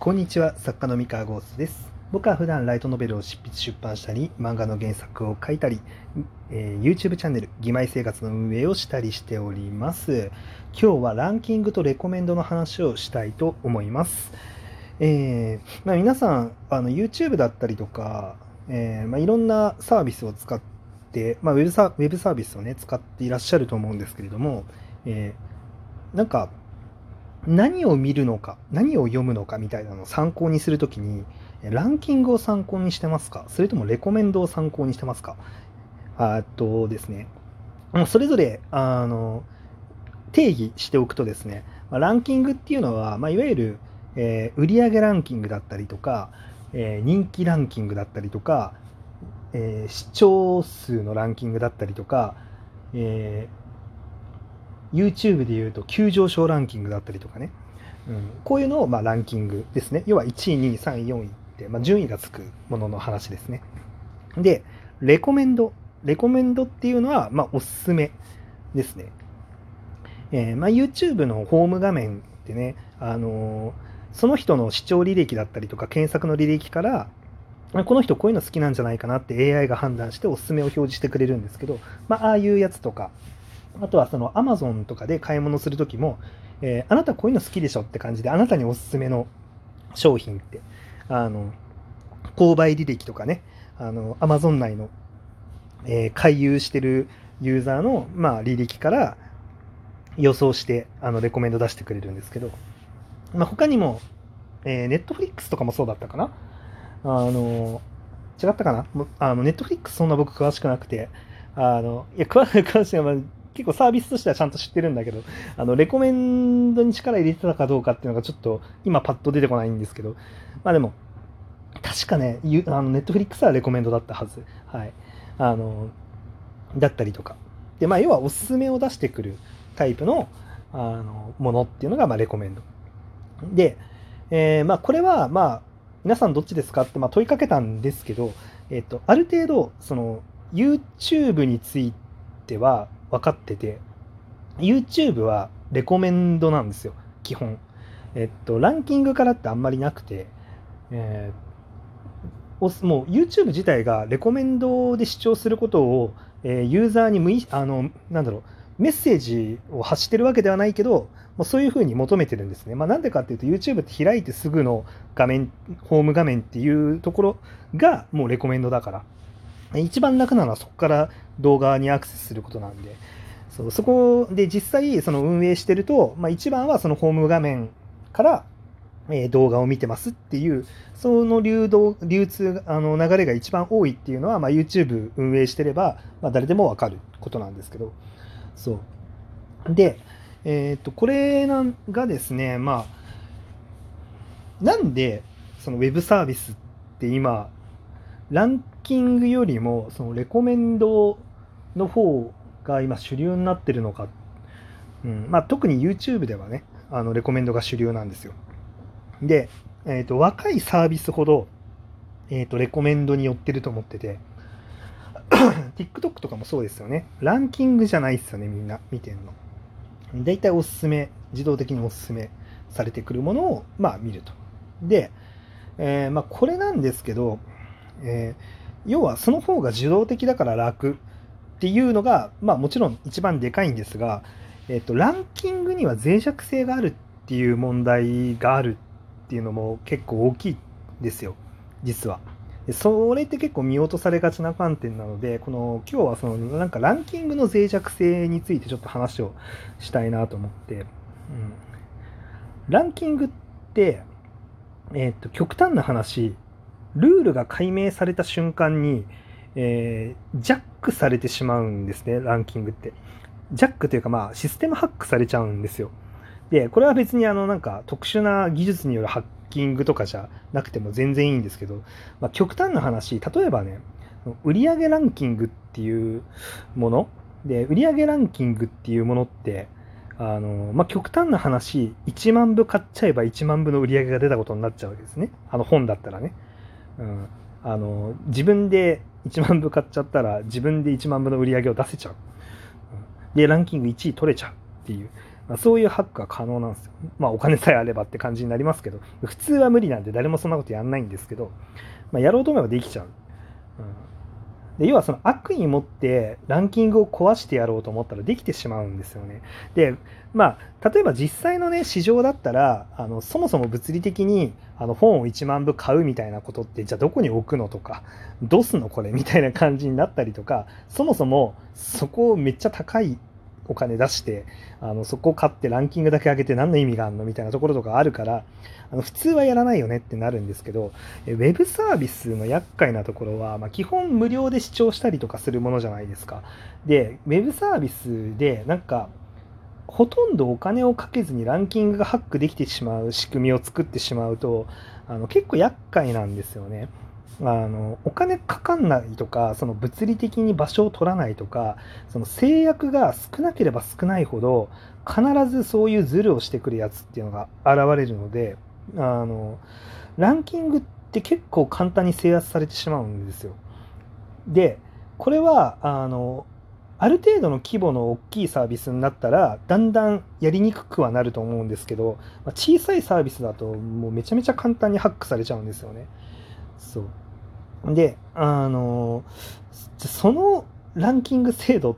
こんにちは、作家の三河ゴースです。僕は普段ライトノベルを執筆出版したり、漫画の原作を書いたり、YouTube チャンネル、義妹生活の運営をしたりしております。今日はランキングとレコメンドの話をしたいと思います。皆さんYouTube だったりとか、いろんなサービスを使って、ウェブサービスをね、使っていらっしゃると思うんですけれども、なんか、何を見るのか、何を読むのかみたいなのを参考にするときに、ランキングを参考にしてますか、それともレコメンドを参考にしてますか。ですね、それぞれ定義しておくとですね、ランキングっていうのは、いわゆる、売上ランキングだったりとか、人気ランキングだったりとか、視聴数のランキングだったりとか、YouTube でいうと急上昇ランキングだったりとかね、こういうのをランキングですね。要は1位、2位、3位、4位って、順位がつくものの話ですね。で、レコメンドっていうのは、おすすめですね。YouTube のホーム画面ってね、その人の視聴履歴だったりとか検索の履歴から、この人こういうの好きなんじゃないかなって AI が判断しておすすめを表示してくれるんですけど、ああいうやつとか、あとはその Amazon とかで買い物するときも、あなたこういうの好きでしょって感じで、あなたにおすすめの商品って、購買履歴とかね、Amazon 内の、回遊してるユーザーの、履歴から予想してレコメンド出してくれるんですけど、他にも、Netflix とかもそうだったかな。違ったかな。Netflix そんな僕詳しくなくて、詳しいのは、結構サービスとしてはちゃんと知ってるんだけど、レコメンドに力入れてたかどうかっていうのがちょっと今パッと出てこないんですけど、でも、確かね、ネットフリックスはレコメンドだったはず。はい。だったりとか。で、要はおすすめを出してくるタイプの、ものっていうのが、レコメンド。で、これは、皆さんどっちですかって、問いかけたんですけど、ある程度、YouTube については分かってて、YouTube はレコメンドなんですよ、基本。ランキングからってあんまりなくて、もう YouTube 自体がレコメンドで視聴することを、ユーザーにメッセージを発してるわけではないけど、そういうふうに求めてるんですね。なんでかっていうと YouTube って開いてすぐの画面、ホーム画面っていうところがもうレコメンドだから。一番楽なのはそこから動画にアクセスすることなんで、そこで実際その運営してると、一番はそのホーム画面から動画を見てますっていう、その流通、流れが一番多いっていうのは、YouTube 運営してれば、誰でもわかることなんですけど、そう。で、これがですね、なんで、そのウェブサービスって今、ランキングよりも、そのレコメンドの方が今主流になってるのか。特に YouTube ではね、レコメンドが主流なんですよ。で、若いサービスほど、レコメンドに寄ってると思ってて、TikTok とかもそうですよね。ランキングじゃないですよね、みんな見てんの。だいたいおすすめ、自動的におすすめされてくるものを、見ると。で、これなんですけど、要はその方が受動的だから楽っていうのが、もちろん一番でかいんですが、ランキングには脆弱性があるっていう問題があるっていうのも結構大きいですよ、実は。それって結構見落とされがちな観点なので、今日はそのランキングの脆弱性についてちょっと話をしたいなと思って、ランキングって、極端な話、ルールが解明された瞬間に、ジャックされてしまうんですね、ランキングって。ジャックというか、システムハックされちゃうんですよ。で、これは別に特殊な技術によるハッキングとかじゃなくても全然いいんですけど、極端な話、例えばね、売上ランキングっていうもので、売上ランキングっていうものって、極端な話、1万部買っちゃえば1万部の売り上げが出たことになっちゃうわけですね。本だったらね。自分で1万部買っちゃったら自分で1万部の売り上げを出せちゃう。で、ランキング1位取れちゃうっていう。 そういうハックは可能なんですよ。お金さえあればって感じになりますけど、普通は無理なんで誰もそんなことやんないんですけど、やろうと思えばできちゃう。で要はその悪意持ってランキングを壊してやろうと思ったらできてしまうんですよね。で、例えば実際のね、市場だったら、そもそも物理的に本を1万部買うみたいなことって、じゃあどこに置くのとか、どうすんのこれみたいな感じになったりとか、そもそもそこをめっちゃ高いお金出して、そこを買ってランキングだけ上げて何の意味があるのみたいなところとかあるから、普通はやらないよねってなるんですけど、ウェブサービスの厄介なところは、基本無料で視聴したりとかするものじゃないですか。で、ウェブサービスでほとんどお金をかけずにランキングがハックできてしまう仕組みを作ってしまうと、結構厄介なんですよね。お金かかんないとか、その物理的に場所を取らないとか、その制約が少なければ少ないほど、必ずそういうズルをしてくるやつっていうのが現れるので、ランキングって結構簡単に制圧されてしまうんですよ。で、これは、ある程度の規模の大きいサービスになったら、だんだんやりにくくはなると思うんですけど、小さいサービスだと、もうめちゃめちゃ簡単にハックされちゃうんですよね。そう。で、そのランキング制度って、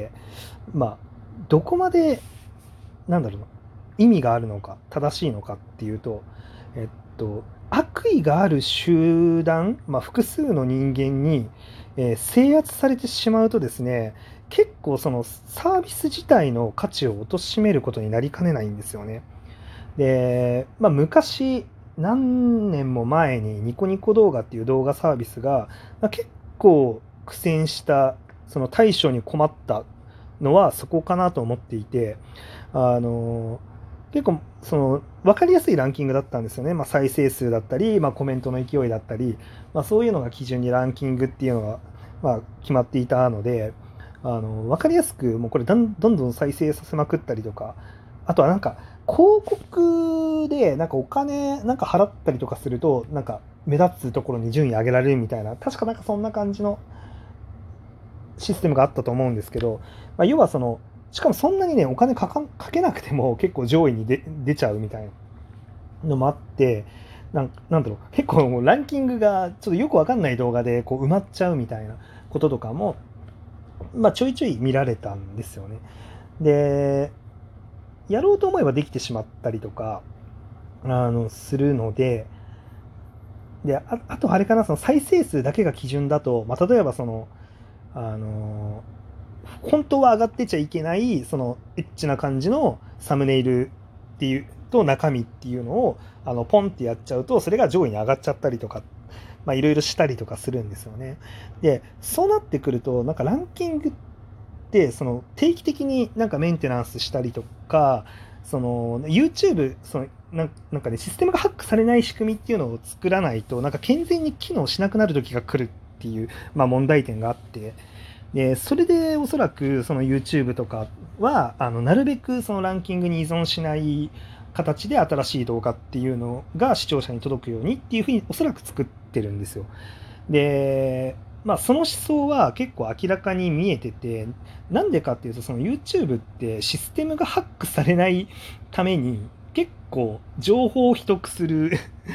どこまで、なんだろうな、意味があるのか、正しいのかっていうと、悪意がある集団、複数の人間に、制圧されてしまうとですね、結構そのサービス自体の価値を貶めることになりかねないんですよね。で、昔、何年も前にニコニコ動画っていう動画サービスが、結構苦戦した、その対処に困ったのはそこかなと思っていて、あの結構その分かりやすいランキングだったんですよね。再生数だったり、コメントの勢いだったり、そういうのが基準にランキングっていうのが、決まっていたので、分かりやすくもうこれどんどん再生させまくったりとか、あとは広告でお金払ったりとかすると目立つところに順位上げられるみたいな、確かそんな感じのシステムがあったと思うんですけど、要はしかもそんなにね、お金かけなくても結構上位に出ちゃうみたいなのもあって、なんだろう、結構もうランキングがちょっとよくわかんない動画でこう埋まっちゃうみたいなこととかも、ちょいちょい見られたんですよね。で、やろうと思えばできてしまったりとか、するので、あとあれかな、その再生数だけが基準だと、例えばあの本当は上がってちゃいけないそのエッチな感じのサムネイルっていうと中身っていうのをポンってやっちゃうと、それが上位に上がっちゃったりとか、いろいろしたりとかするんですよね。でそうなってくるとランキングってその定期的にメンテナンスしたりとか、その YouTube ね、システムがハックされない仕組みっていうのを作らないと健全に機能しなくなる時が来るっていう、問題点があって、でそれでおそらくその YouTube とかはなるべくそのランキングに依存しない形で新しい動画っていうのが視聴者に届くようにっていうふうにおそらく作ってるんですよ。で、その思想は結構明らかに見えてて、なんでかっていうと、その YouTube ってシステムがハックされないために結構情報を秘匿する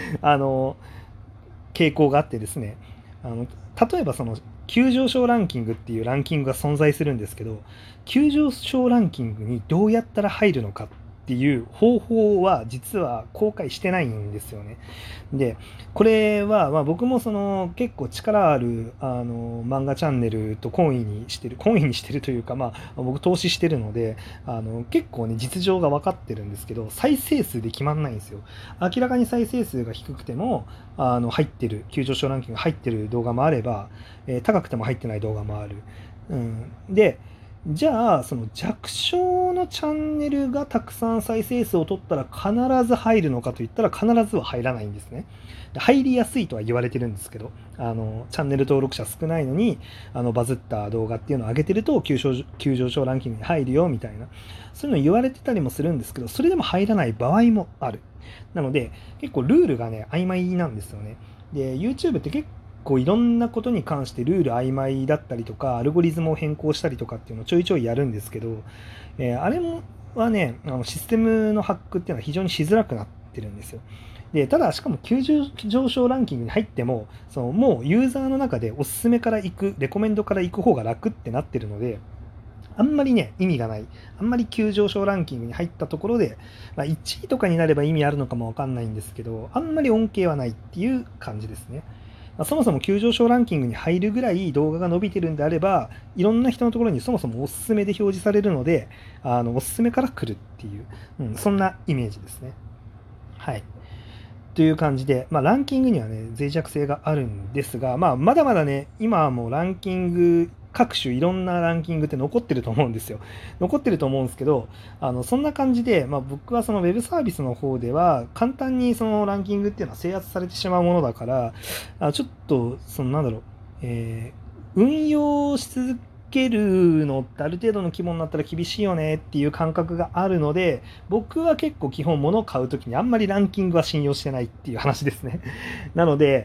傾向があってですね、例えばその急上昇ランキングっていうランキングが存在するんですけど、急上昇ランキングにどうやったら入るのかっていう方法は実は公開してないんですよね。でこれは僕もその結構力ある漫画チャンネルと懇意にしてるというか、僕投資してるので結構ね実情が分かってるんですけど、再生数で決まんないんですよ。明らかに再生数が低くても入ってる急上昇ランキング入ってる動画もあれば、高くても入ってない動画もある。でじゃあその弱小のチャンネルがたくさん再生数を取ったら必ず入るのかといったら必ずは入らないんですね。入りやすいとは言われてるんですけど、チャンネル登録者少ないのにバズった動画っていうのを上げてると急上昇ランキングに入るよみたいな、そういうの言われてたりもするんですけど、それでも入らない場合もある。なので結構ルールがね曖昧なんですよね。で YouTube って結構いろんなことに関してルール曖昧だったりとか、アルゴリズムを変更したりとかっていうのをちょいちょいやるんですけど、あれもはね、システムのハックっていうのは非常にしづらくなってるんですよ。で、ただしかも急上昇ランキングに入っても、もうユーザーの中でおすすめから行く、レコメンドから行く方が楽ってなってるので、あんまりね、意味がない。あんまり急上昇ランキングに入ったところで、1位とかになれば意味あるのかもわかんないんですけど、あんまり恩恵はないっていう感じですね。そもそも急上昇ランキングに入るぐらい動画が伸びてるんであれば、いろんな人のところにそもそもおすすめで表示されるので、おすすめから来るっていう、そんなイメージですね。はい。という感じで、ランキングにはね、脆弱性があるんですが、まだまだね、今はもうランキング、各種いろんなランキングって残ってると思うんですよ。残ってると思うんですけど、そんな感じで、僕はそのウェブサービスの方では、簡単にそのランキングっていうのは制圧されてしまうものだから、ちょっと、なんだろう、運用し続けるのってある程度の規模になったら厳しいよねっていう感覚があるので、僕は結構基本物を買うときにあんまりランキングは信用してないっていう話ですね。なので、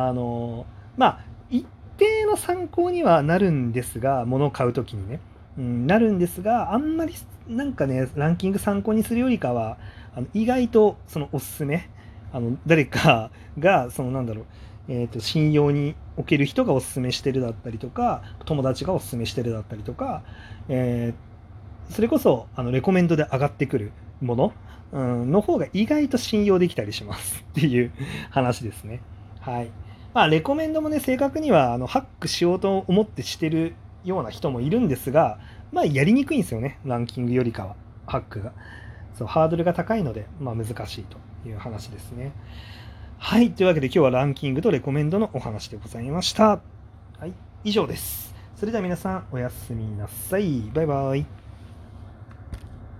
一定の参考にはなるんですが、物を買うときにね、なるんですが、あんまりなんかね、ランキング参考にするよりかは、意外とそのおすすめ、誰かが、なんだろう、信用における人がおすすめしてるだったりとか、友達がおすすめしてるだったりとか、それこそレコメンドで上がってくるもの、の方が意外と信用できたりしますっていう話ですね。はい。レコメンドもね、正確にはハックしようと思ってしてるような人もいるんですが、やりにくいんですよね、ランキングよりかは、ハックが。そう、ハードルが高いので、難しいという話ですね。はい。というわけで今日はランキングとレコメンドのお話でございました。はい。以上です。それでは皆さんおやすみなさい。バイバイ。